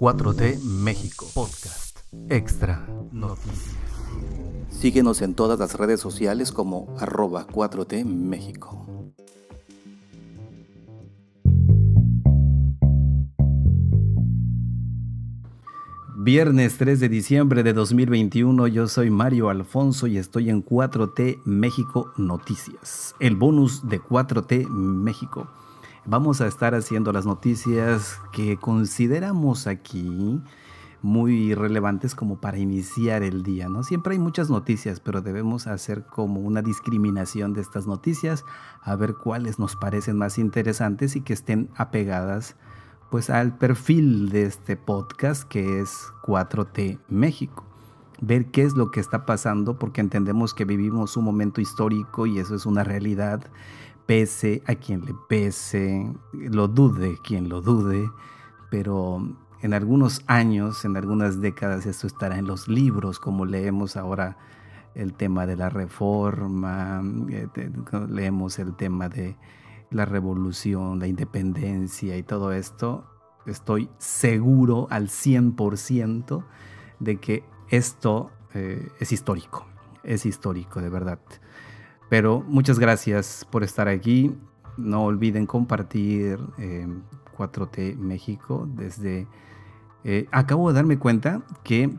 4T México Podcast Extra Noticias. Síguenos en todas las redes sociales como @4T México. Viernes 3 de diciembre de 2021, yo soy Mario Alfonso y estoy en 4T México Noticias, el bonus de 4T México. Vamos a estar haciendo las noticias que consideramos aquí muy relevantes como para iniciar el día, ¿no? Siempre hay muchas noticias, pero debemos hacer como una discriminación de estas noticias, a ver cuáles nos parecen más interesantes y que estén apegadas pues al perfil de este podcast que es 4T México. Ver qué es lo que está pasando, porque entendemos que vivimos un momento histórico y eso es una realidad, pese a quien le pese, lo dude quien lo dude, pero en algunos años, en algunas décadas, esto estará en los libros, como leemos ahora el tema de la reforma, leemos el tema de la revolución, la independencia y todo esto. Estoy seguro al 100% de que esto es histórico de verdad. Pero muchas gracias por estar aquí. No olviden compartir 4T México desde... acabo de darme cuenta que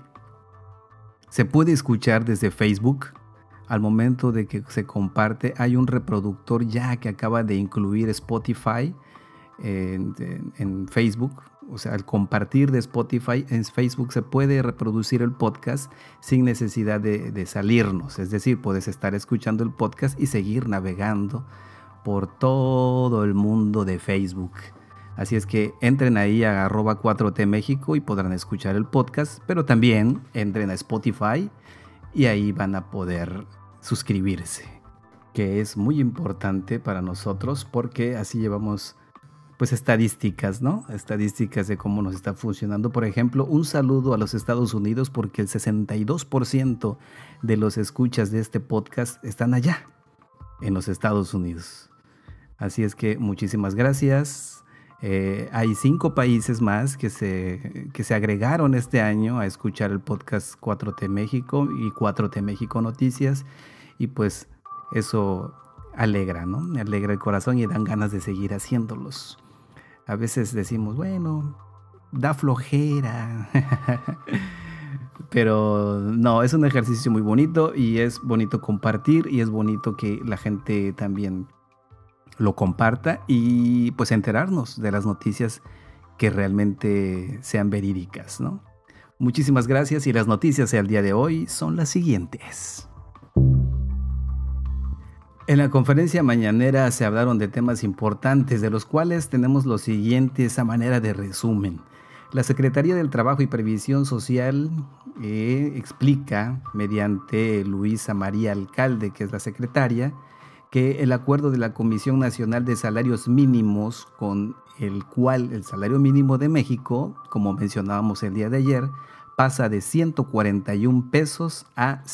se puede escuchar desde Facebook. Al momento de que se comparte, hay un reproductor ya que acaba de incluir Spotify en Facebook. O sea, al compartir de Spotify en Facebook se puede reproducir el podcast sin necesidad de salirnos. Es decir, puedes estar escuchando el podcast y seguir navegando por todo el mundo de Facebook. Así es que entren ahí a @4T México y podrán escuchar el podcast, pero también entren a Spotify y ahí van a poder suscribirse, que es muy importante para nosotros porque así llevamos pues estadísticas, ¿no? Estadísticas de cómo nos está funcionando. Por ejemplo, un saludo a los Estados Unidos porque el 62% de los escuchas de este podcast están allá, en los Estados Unidos. Así es que muchísimas gracias. Hay 5 países más que se agregaron este año a escuchar el podcast 4T México y 4T México Noticias, y pues eso alegra, ¿no? Me alegra el corazón y dan ganas de seguir haciéndolos. A veces decimos, bueno, da flojera, pero no, es un ejercicio muy bonito y es bonito compartir y es bonito que la gente también lo comparta y pues enterarnos de las noticias que realmente sean verídicas, ¿no? Muchísimas gracias y las noticias al día de hoy son las siguientes. En la conferencia mañanera se hablaron de temas importantes, de los cuales tenemos los siguientes a manera de resumen. La Secretaría del Trabajo y Previsión Social explica, mediante Luisa María Alcalde, que es la secretaria, que el acuerdo de la Comisión Nacional de Salarios Mínimos, con el cual el salario mínimo de México, como mencionábamos el día de ayer, pasa de 141 pesos a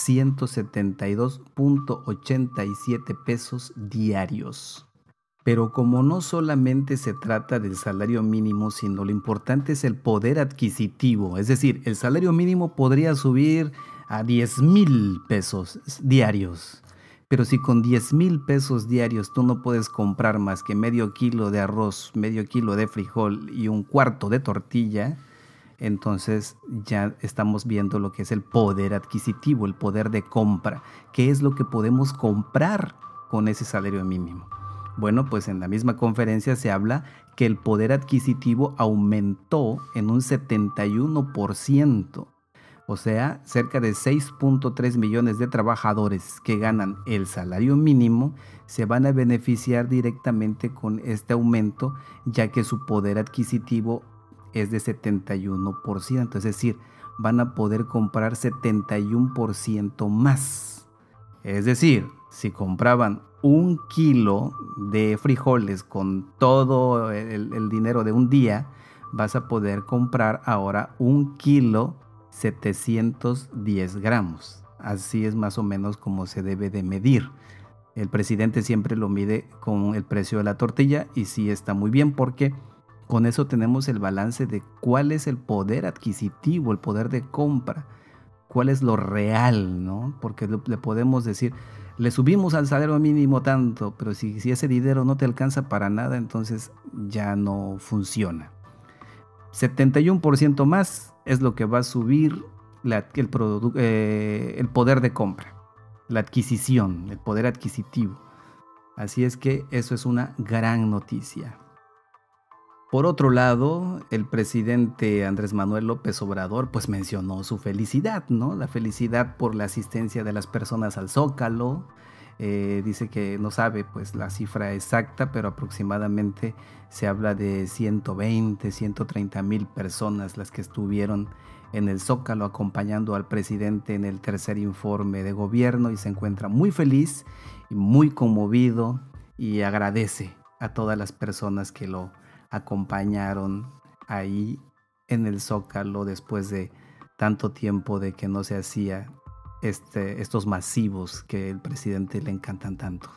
172.87 pesos diarios. Pero como no solamente se trata del salario mínimo, sino lo importante es el poder adquisitivo. Es decir, el salario mínimo podría subir a 10,000 pesos diarios. Pero si con 10,000 pesos diarios tú no puedes comprar más que medio kilo de arroz, medio kilo de frijol y un cuarto de tortilla, entonces ya estamos viendo lo que es el poder adquisitivo, el poder de compra. ¿Qué es lo que podemos comprar con ese salario mínimo? Bueno, pues en la misma conferencia se habla que el poder adquisitivo aumentó en un 71%. O sea, cerca de 6.3 millones de trabajadores que ganan el salario mínimo se van a beneficiar directamente con este aumento, ya que su poder adquisitivo es de 71%. Es decir, van a poder comprar 71% más. Es decir, si compraban 1 kilo de frijoles con todo el dinero de un día, vas a poder comprar ahora 1 kilo 710 gramos. Así es más o menos como se debe de medir. El presidente siempre lo mide con el precio de la tortilla y sí está muy bien porque Con eso tenemos el balance de cuál es el poder adquisitivo, el poder de compra, cuál es lo real, ¿no? Porque le podemos decir, le subimos al salario mínimo tanto, pero si ese dinero no te alcanza para nada, entonces ya no funciona. 71% más es lo que va a subir el poder de compra, la adquisición, el poder adquisitivo. Así es que eso es una gran noticia. Por otro lado, el presidente Andrés Manuel López Obrador pues mencionó su felicidad, ¿no? La felicidad por la asistencia de las personas al Zócalo. Dice que no sabe pues la cifra exacta, pero aproximadamente se habla de 120, 130 mil personas las que estuvieron en el Zócalo acompañando al presidente en el tercer informe de gobierno, y se encuentra muy feliz y muy conmovido y agradece a todas las personas que lo acompañaron ahí en el Zócalo después de tanto tiempo de que no se hacía estos masivos que el presidente le encantan tanto.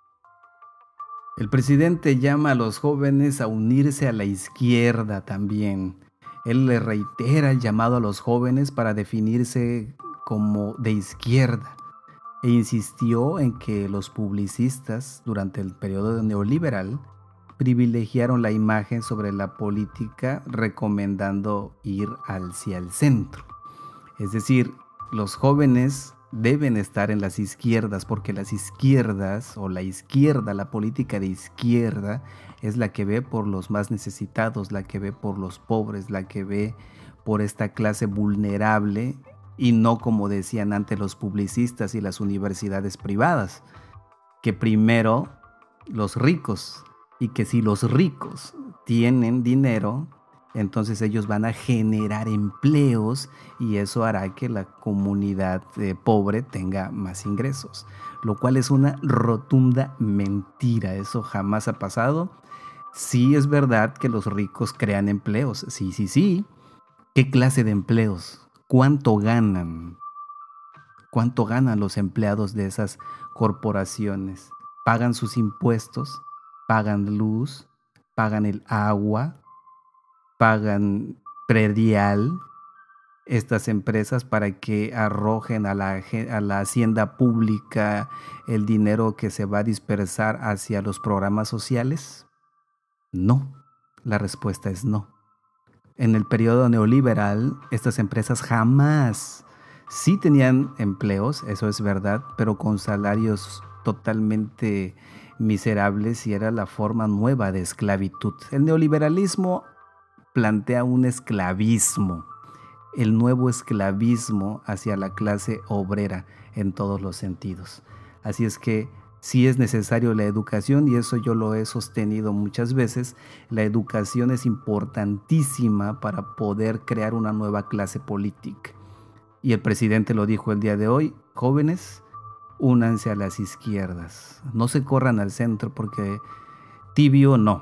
El presidente llama a los jóvenes a unirse a la izquierda también. Él le reitera el llamado a los jóvenes para definirse como de izquierda e insistió en que los publicistas durante el periodo neoliberal privilegiaron la imagen sobre la política, recomendando ir hacia el centro. Es decir, los jóvenes deben estar en las izquierdas porque las izquierdas o la izquierda, la política de izquierda es la que ve por los más necesitados, la que ve por los pobres, la que ve por esta clase vulnerable y no como decían antes los publicistas y las universidades privadas, que primero los ricos, y que si los ricos tienen dinero, entonces ellos van a generar empleos y eso hará que la comunidad pobre tenga más ingresos, lo cual es una rotunda mentira. Eso jamás ha pasado. Sí es verdad que los ricos crean empleos, sí. ¿Qué clase de empleos? ¿Cuánto ganan? ¿Cuánto ganan los empleados de esas corporaciones? ¿Pagan sus impuestos? ¿Pagan luz? ¿Pagan el agua? ¿Pagan predial estas empresas para que arrojen a la hacienda pública el dinero que se va a dispersar hacia los programas sociales? No, la respuesta es no. En el periodo neoliberal, estas empresas jamás, sí tenían empleos, eso es verdad, pero con salarios totalmente miserables y era la forma nueva de esclavitud. El neoliberalismo plantea un esclavismo, el nuevo esclavismo hacia la clase obrera en todos los sentidos. Así es que sí es necesario la educación y eso yo lo he sostenido muchas veces. La educación es importantísima para poder crear una nueva clase política. Y el presidente lo dijo el día de hoy: jóvenes, únanse a las izquierdas, no se corran al centro porque tibio no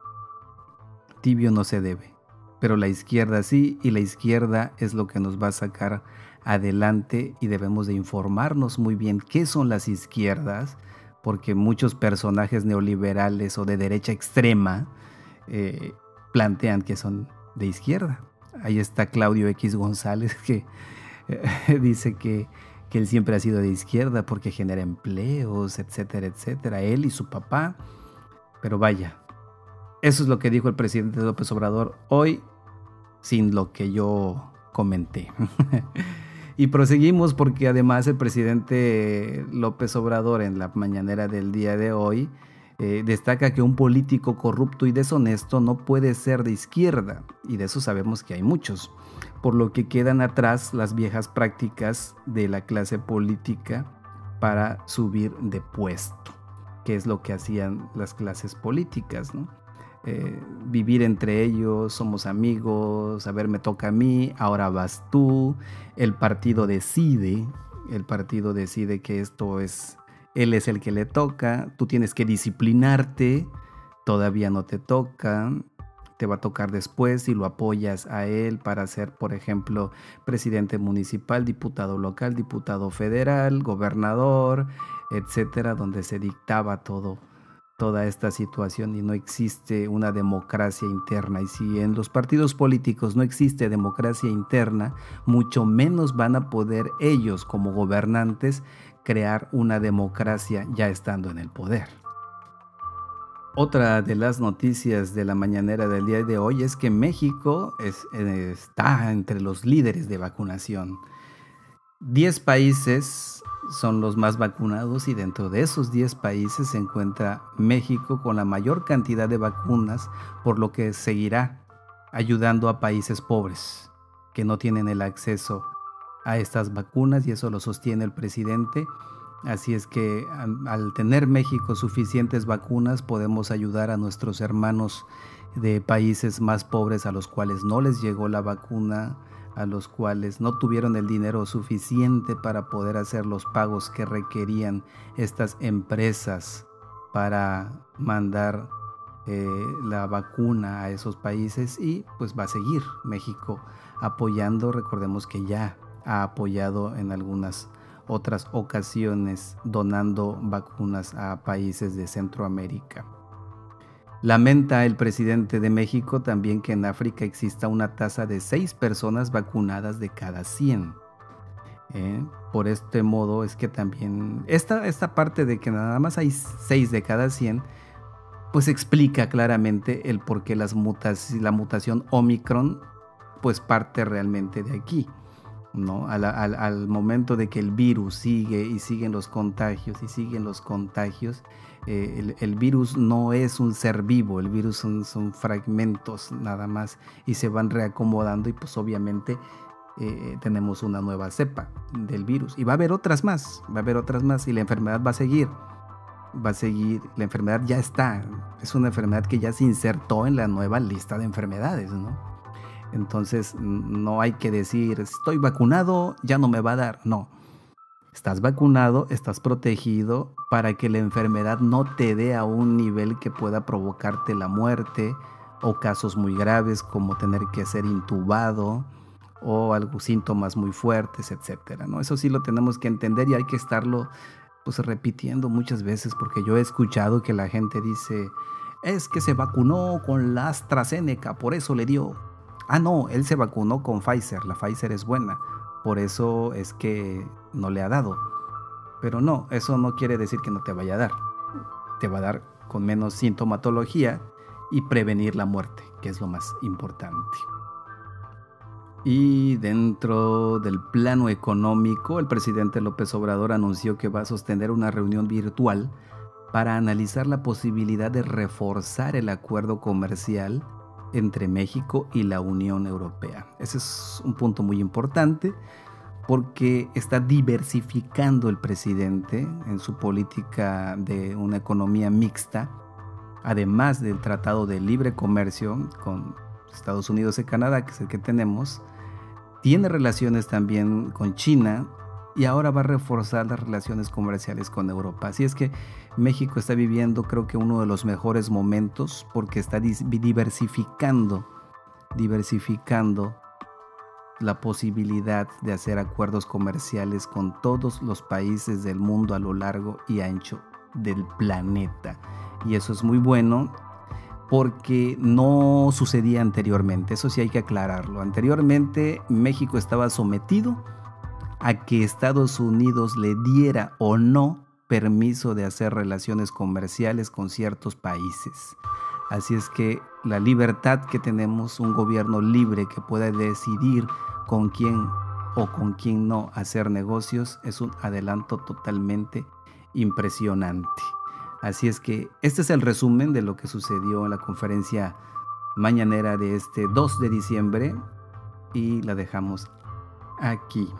se debe, pero la izquierda sí, y la izquierda es lo que nos va a sacar adelante y debemos de informarnos muy bien qué son las izquierdas, porque muchos personajes neoliberales o de derecha extrema plantean que son de izquierda. Ahí está Claudio X González que dice que él siempre ha sido de izquierda porque genera empleos, etcétera, él y su papá. Pero vaya, eso es lo que dijo el presidente López Obrador hoy, sin lo que yo comenté. Y proseguimos porque además el presidente López Obrador en la mañanera del día de hoy destaca que un político corrupto y deshonesto no puede ser de izquierda, y de eso sabemos que hay muchos, por lo que quedan atrás las viejas prácticas de la clase política para subir de puesto, que es lo que hacían las clases políticas, ¿no? Vivir entre ellos, somos amigos, a ver, me toca a mí, ahora vas tú, el partido decide que esto es, él es el que le toca, tú tienes que disciplinarte, todavía no te toca, te va a tocar después y lo apoyas a él para ser, por ejemplo, presidente municipal, diputado local, diputado federal, gobernador, etcétera, donde se dictaba todo toda esta situación y no existe una democracia interna. Y si en los partidos políticos no existe democracia interna, mucho menos van a poder ellos como gobernantes crear una democracia ya estando en el poder. Otra de las noticias de la mañanera del día de hoy es que México está entre los líderes de vacunación. 10 países son los más vacunados y dentro de esos 10 países se encuentra México con la mayor cantidad de vacunas, por lo que seguirá ayudando a países pobres que no tienen el acceso a estas vacunas, y eso lo sostiene el presidente. Así es que al tener México suficientes vacunas podemos ayudar a nuestros hermanos de países más pobres a los cuales no les llegó la vacuna, a los cuales no tuvieron el dinero suficiente para poder hacer los pagos que requerían estas empresas para mandar la vacuna a esos países. Y pues va a seguir México apoyando. Recordemos que ya ha apoyado en algunas otras ocasiones donando vacunas a países de Centroamérica. Lamenta el presidente de México también que en África exista una tasa de 6 personas vacunadas de cada 100. Por este modo es que también esta parte de que nada más hay 6 de cada 100, pues explica claramente el por qué la mutación Omicron pues parte realmente de aquí, ¿no? Al momento de que el virus sigue y siguen los contagios, el virus no es un ser vivo, el virus son fragmentos nada más y se van reacomodando, y pues obviamente tenemos una nueva cepa del virus y va a haber otras más y la enfermedad va a seguir, la enfermedad ya está, es una enfermedad que ya se insertó en la nueva lista de enfermedades, ¿no? Entonces no hay que decir estoy vacunado, ya no me va a dar, no. Estás vacunado, estás protegido para que la enfermedad no te dé a un nivel que pueda provocarte la muerte o casos muy graves como tener que ser intubado o síntomas muy fuertes, etcétera, ¿no? Eso sí lo tenemos que entender y hay que estarlo pues repitiendo muchas veces, porque yo he escuchado que la gente dice es que se vacunó con la AstraZeneca, por eso le dio. Ah, no, él se vacunó con Pfizer, la Pfizer es buena, por eso es que no le ha dado. Pero no, eso no quiere decir que no te vaya a dar. Te va a dar con menos sintomatología y prevenir la muerte, que es lo más importante. Y dentro del plano económico, el presidente López Obrador anunció que va a sostener una reunión virtual para analizar la posibilidad de reforzar el acuerdo comercial entre México y la Unión Europea. Ese es un punto muy importante porque está diversificando el presidente en su política de una economía mixta, además del Tratado de Libre Comercio con Estados Unidos y Canadá, que es el que tenemos. Tiene relaciones también con China y ahora va a reforzar las relaciones comerciales con Europa. Así es que México está viviendo, creo que uno de los mejores momentos, porque está diversificando la posibilidad de hacer acuerdos comerciales con todos los países del mundo a lo largo y ancho del planeta. Y eso es muy bueno porque no sucedía anteriormente. Eso sí hay que aclararlo. Anteriormente México estaba sometido a que Estados Unidos le diera o no permiso de hacer relaciones comerciales con ciertos países. Así es que la libertad que tenemos, un gobierno libre que pueda decidir con quién o con quién no hacer negocios, es un adelanto totalmente impresionante. Así es que este es el resumen de lo que sucedió en la conferencia mañanera de este 2 de diciembre y la dejamos aquí.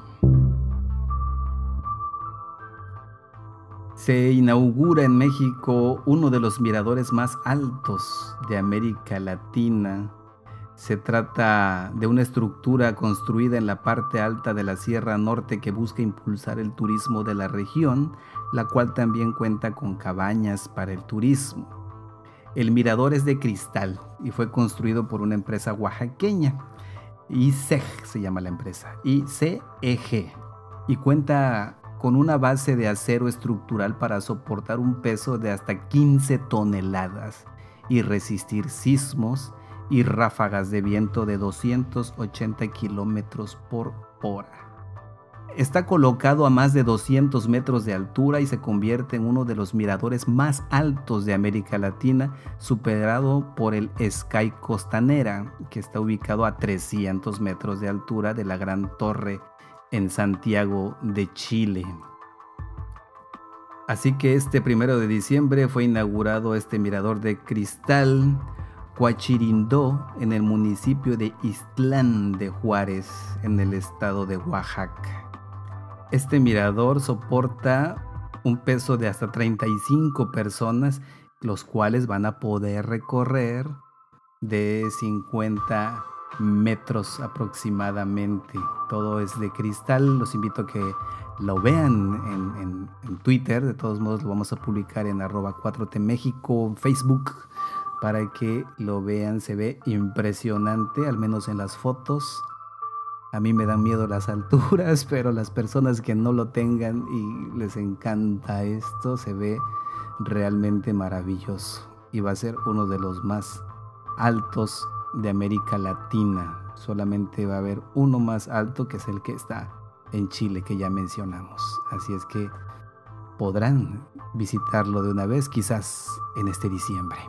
Se inaugura en México uno de los miradores más altos de América Latina. Se trata de una estructura construida en la parte alta de la Sierra Norte que busca impulsar el turismo de la región, la cual también cuenta con cabañas para el turismo. El mirador es de cristal y fue construido por una empresa oaxaqueña. ICEG se llama la empresa, ICEG, y cuenta con una base de acero estructural para soportar un peso de hasta 15 toneladas y resistir sismos y ráfagas de viento de 280 kilómetros por hora. Está colocado a más de 200 metros de altura y se convierte en uno de los miradores más altos de América Latina, superado por el Sky Costanera, que está ubicado a 300 metros de altura de la Gran Torre en Santiago de Chile. Así que este 1 de diciembre fue inaugurado este mirador de cristal Huachirindó en el municipio de Ixtlán de Juárez, en el estado de Oaxaca. Este mirador soporta un peso de hasta 35 personas, los cuales van a poder recorrer de 50 metros aproximadamente. Todo es de cristal. Los invito a que lo vean en Twitter. De todos modos lo vamos a publicar en @4T México, Facebook, para que lo vean. Se ve impresionante, al menos en las fotos. A mí me dan miedo las alturas, pero las personas que no lo tengan y les encanta esto, se ve realmente maravilloso. Y va a ser uno de los más altos de América Latina. Solamente va a haber uno más alto, que es el que está en Chile, que ya mencionamos. Así es que podrán visitarlo de una vez, quizás en este diciembre.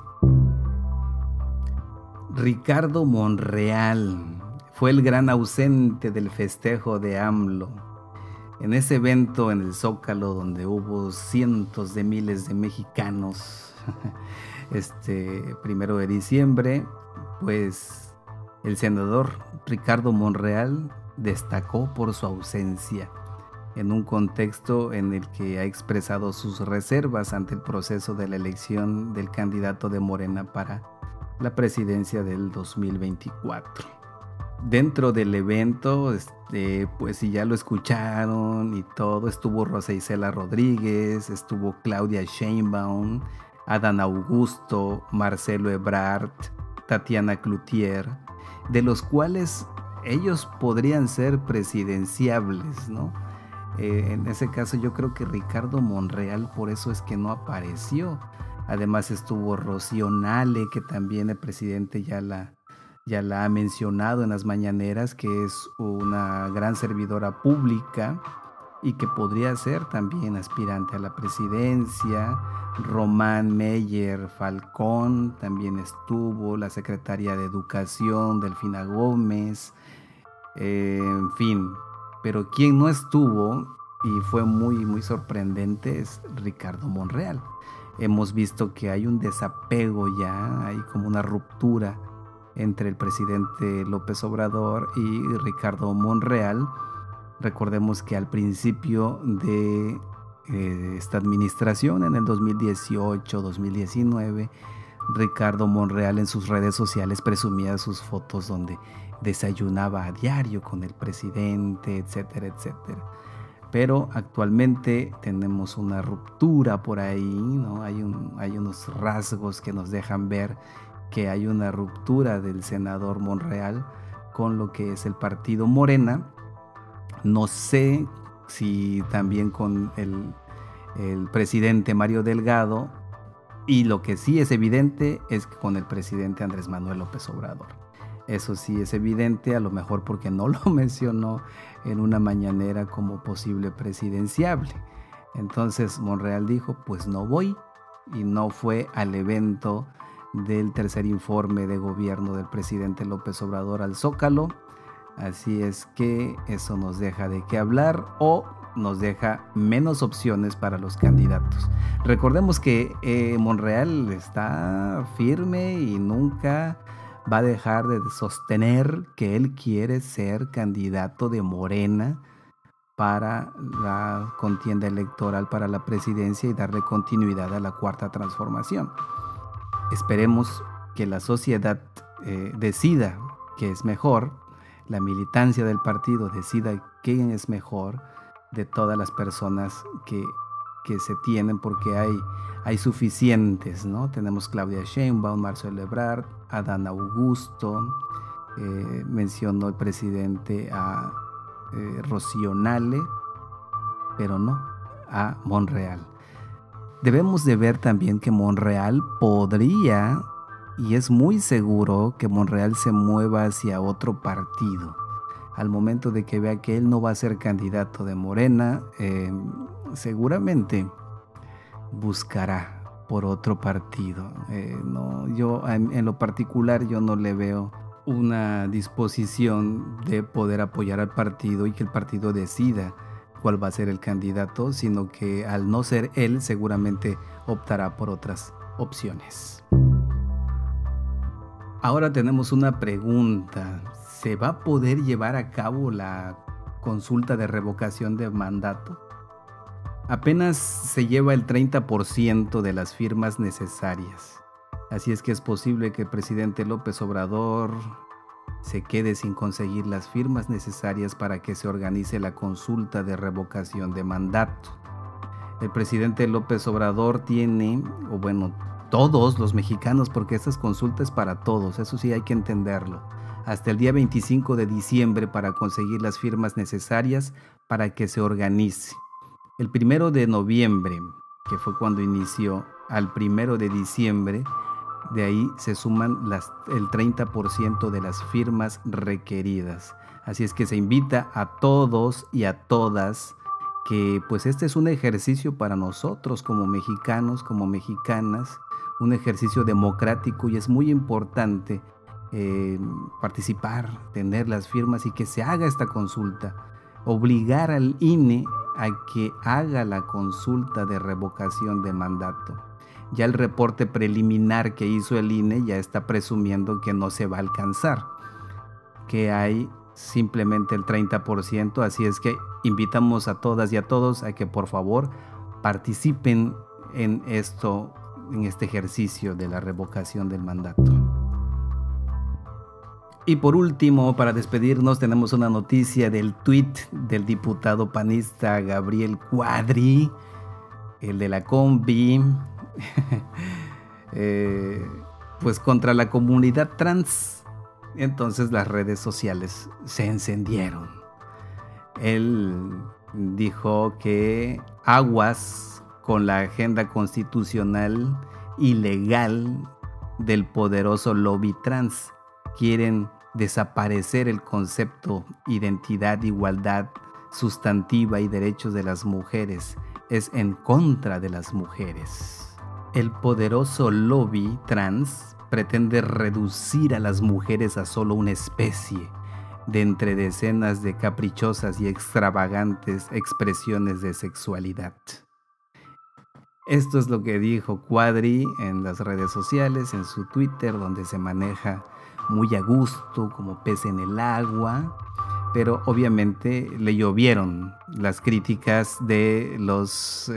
Ricardo Monreal fue el gran ausente del festejo de AMLO. En ese evento en el Zócalo, donde hubo cientos de miles de mexicanos, este 1 de diciembre, pues el senador Ricardo Monreal destacó por su ausencia, en un contexto en el que ha expresado sus reservas ante el proceso de la elección del candidato de Morena para la presidencia del 2024. Dentro del evento, pues si ya lo escucharon y todo, estuvo Rosa Isela Rodríguez, estuvo Claudia Sheinbaum, Adán Augusto, Marcelo Ebrard, Tatiana Cloutier, de los cuales ellos podrían ser presidenciables, ¿no? En ese caso yo creo que Ricardo Monreal por eso es que no apareció. Además estuvo Rocío Nale, que también el presidente ya la ha mencionado en las mañaneras, que es una gran servidora pública y que podría ser también aspirante a la presidencia. Román Meyer Falcón también estuvo, la secretaria de Educación, Delfina Gómez, en fin. Pero quien no estuvo y fue muy, muy sorprendente es Ricardo Monreal. Hemos visto que hay un desapego ya, hay como una ruptura entre el presidente López Obrador y Ricardo Monreal. Recordemos que al principio de esta administración, en el 2018-2019, Ricardo Monreal en sus redes sociales presumía sus fotos donde desayunaba a diario con el presidente, etcétera, etcétera. Pero actualmente tenemos una ruptura por ahí, ¿no? Hay unos rasgos que nos dejan ver que hay una ruptura del senador Monreal con lo que es el partido Morena. No sé si también con el presidente Mario Delgado, y lo que sí es evidente es que con el presidente Andrés Manuel López Obrador. Eso sí es evidente, a lo mejor porque no lo mencionó en una mañanera como posible presidenciable. Entonces Monreal dijo, pues no voy, y no fue al evento del tercer informe de gobierno del presidente López Obrador al Zócalo. Así es que eso nos deja de qué hablar o nos deja menos opciones para los candidatos. Recordemos que Monreal está firme y nunca va a dejar de sostener que él quiere ser candidato de Morena para la contienda electoral para la presidencia y darle continuidad a la Cuarta Transformación. Esperemos que la sociedad decida qué es mejor, la militancia del partido decida quién es mejor de todas las personas que se tienen, porque hay suficientes, ¿no? Tenemos Claudia Sheinbaum, Marcelo Ebrard, Adán Augusto, mencionó el presidente a Rocío Nale, pero no a Monreal. Debemos de ver también que Monreal podría, y es muy seguro que Monreal se mueva hacia otro partido. Al momento de que vea que él no va a ser candidato de Morena, seguramente buscará por otro partido. Yo en lo particular yo no le veo una disposición de poder apoyar al partido y que el partido decida cuál va a ser el candidato, sino que al no ser él seguramente optará por otras opciones. Ahora tenemos una pregunta. ¿Se va a poder llevar a cabo la consulta de revocación de mandato? Apenas se lleva el 30% de las firmas necesarias. Así es que es posible que el presidente López Obrador se quede sin conseguir las firmas necesarias para que se organice la consulta de revocación de mandato. El presidente López Obrador tiene, todos los mexicanos, porque estas consultas para todos, eso sí hay que entenderlo, hasta el día 25 de diciembre para conseguir las firmas necesarias para que se organice. El 1 de noviembre, que fue cuando inició, al 1 de diciembre, de ahí se suman el 30% de las firmas requeridas. Así es que se invita a todos y a todas que pues este es un ejercicio para nosotros como mexicanos, como mexicanas, un ejercicio democrático y es muy importante participar, tener las firmas y que se haga esta consulta. Obligar al INE a que haga la consulta de revocación de mandato. Ya el reporte preliminar que hizo el INE ya está presumiendo que no se va a alcanzar, que hay simplemente el 30%, así es que invitamos a todas y a todos a que por favor participen en este ejercicio de la revocación del mandato. Y por último, para despedirnos, tenemos una noticia del tuit del diputado panista Gabriel Cuadri, el de la combi, pues contra la comunidad trans. Entonces las redes sociales se encendieron. Él dijo que aguas con la agenda constitucional y legal del poderoso lobby trans. Quieren desaparecer el concepto identidad, igualdad sustantiva y derechos de las mujeres. Es en contra de las mujeres. El poderoso lobby trans pretende reducir a las mujeres a solo una especie de entre decenas de caprichosas y extravagantes expresiones de sexualidad. Esto es lo que dijo Cuadri en las redes sociales, en su Twitter, donde se maneja muy a gusto, como pez en el agua, pero obviamente le llovieron las críticas de los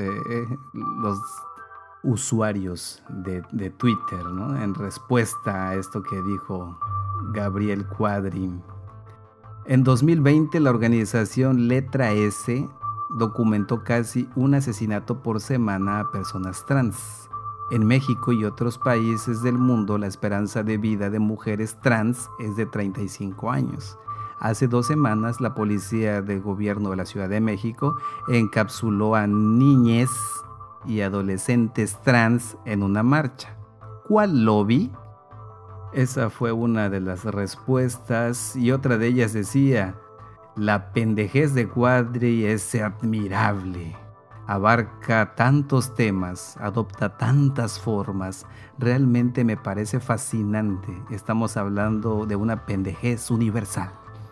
usuarios de Twitter, ¿no? En respuesta a esto que dijo Gabriel Cuadri. En 2020, la organización Letra S documentó casi un asesinato por semana a personas trans. En México y otros países del mundo, la esperanza de vida de mujeres trans es de 35 años. Hace 2 semanas, la Policía de Gobierno de la Ciudad de México encapsuló a niñas y adolescentes trans en una marcha. ¿Cuál lobby? Esa fue una de las respuestas y otra de ellas decía: la pendejez de Cuadri es admirable. Abarca tantos temas, adopta tantas formas, realmente me parece fascinante. Estamos hablando de una pendejez universal.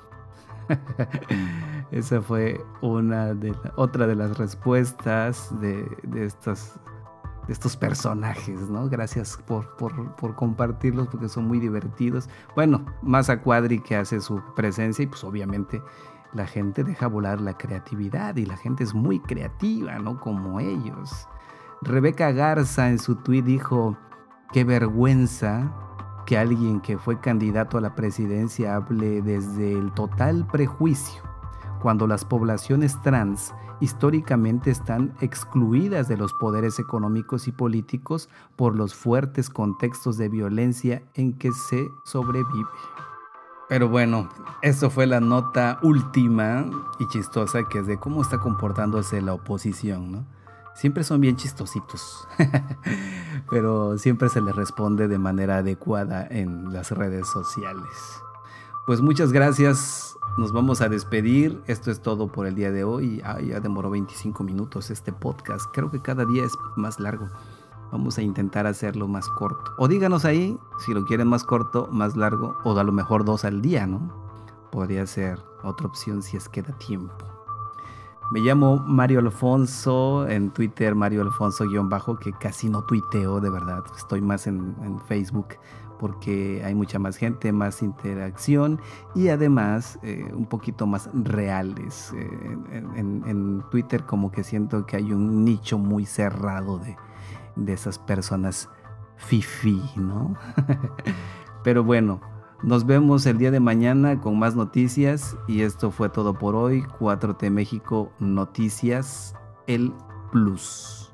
Esa fue otra de las respuestas de estos personajes, ¿no? Gracias por compartirlos porque son muy divertidos. Bueno, más a Cuadri que hace su presencia y pues obviamente la gente deja volar la creatividad y la gente es muy creativa, ¿no? Como ellos. Rebeca Garza en su tuit dijo: qué vergüenza que alguien que fue candidato a la presidencia hable desde el total prejuicio, cuando las poblaciones trans históricamente están excluidas de los poderes económicos y políticos por los fuertes contextos de violencia en que se sobrevive. Pero bueno, eso fue la nota última y chistosa, que es de cómo está comportándose la oposición, ¿no? Siempre son bien chistositos, pero siempre se les responde de manera adecuada en las redes sociales. Pues muchas gracias, nos vamos a despedir. Esto es todo por el día de hoy. Ya demoró 25 minutos este podcast. Creo que cada día es más largo. Vamos a intentar hacerlo más corto. O díganos ahí si lo quieren más corto, más largo, o a lo mejor 2 al día, ¿no? Podría ser otra opción si es que da tiempo. Me llamo Mario Alfonso, en Twitter Mario Alfonso _, que casi no tuiteo, de verdad. Estoy más en Facebook porque hay mucha más gente, más interacción y además un poquito más reales. En Twitter como que siento que hay un nicho muy cerrado de esas personas fifí, ¿no? Pero bueno, nos vemos el día de mañana con más noticias y esto fue todo por hoy. 4T México Noticias, el Plus.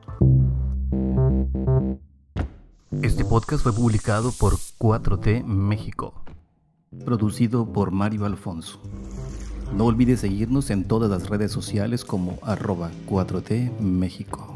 Este podcast fue publicado por 4T México. Producido por Mario Alfonso. No olvides seguirnos en todas las redes sociales como @4T México.